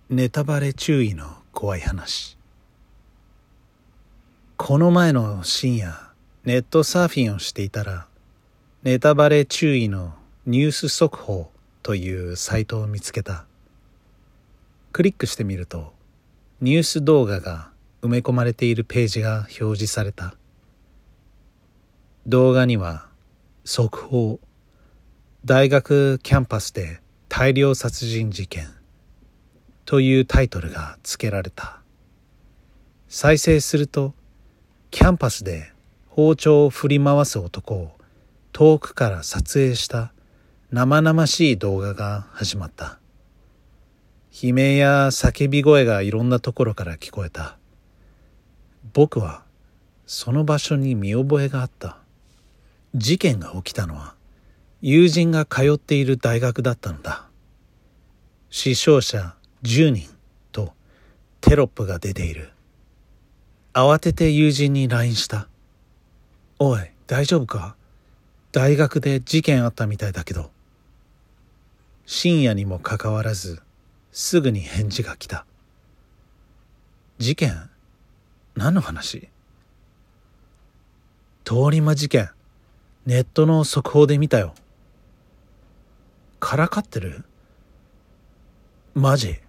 ネタバレ注意の怖い話。この前の深夜、ネットサーフィンをしていたら、ネタバレ注意のニュース速報というサイトを見つけた。クリックしてみると、ニュース動画が埋め込まれているページが表示された。動画には、速報、大学キャンパスで大量殺人事件というタイトルが付けられた。再生すると、キャンパスで包丁を振り回す男を遠くから撮影した生々しい動画が始まった。悲鳴や叫び声がいろんなところから聞こえた。僕はその場所に見覚えがあった。事件が起きたのは友人が通っている大学だったのだ。死傷者10人とテロップが出ている。慌てて友人に LINE した。おい、大丈夫か？大学で事件あったみたいだけど。深夜にもかかわらず、すぐに返事が来た。事件？何の話？通り魔事件。ネットの速報で見たよ。からかってる？マジ？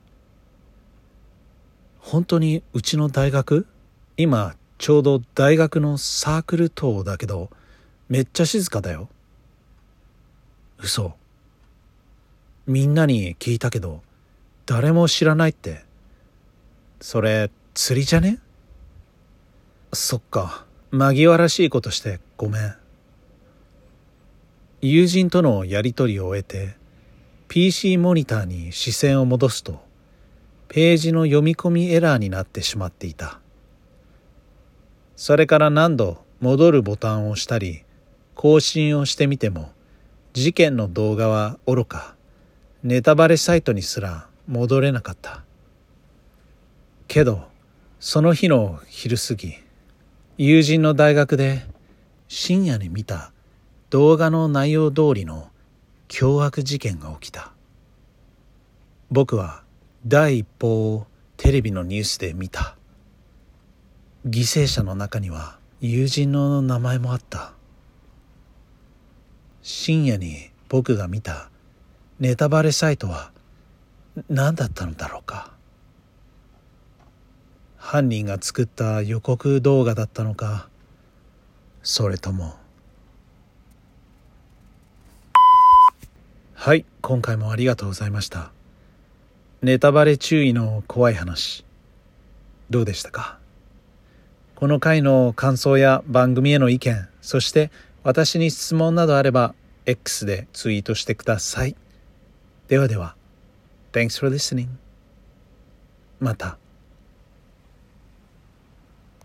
本当にうちの大学？今ちょうど大学のサークル棟だけど、めっちゃ静かだよ。嘘。みんなに聞いたけど、誰も知らないって。それ釣りじゃね？そっか。紛らしいことしてごめん。友人とのやりとりを終えて、PC モニターに視線を戻すと、ページの読み込みエラーになってしまっていた。それから何度戻るボタンを押したり、更新をしてみても、事件の動画はおろか、ネタバレサイトにすら戻れなかった。けど、その日の昼過ぎ、友人の大学で深夜に見た動画の内容通りの凶悪事件が起きた。僕は第一報をテレビのニュースで見た。犠牲者の中には友人の名前もあった。深夜に僕が見たネタバレサイトは何だったのだろうか。犯人が作った予告動画だったのか、それとも。はい、今回もありがとうございました。ネタバレ注意の怖い話、どうでしたか？この回の感想や番組への意見、そして私に質問などあれば X でツイートしてください。ではでは、Thanks for listening. また。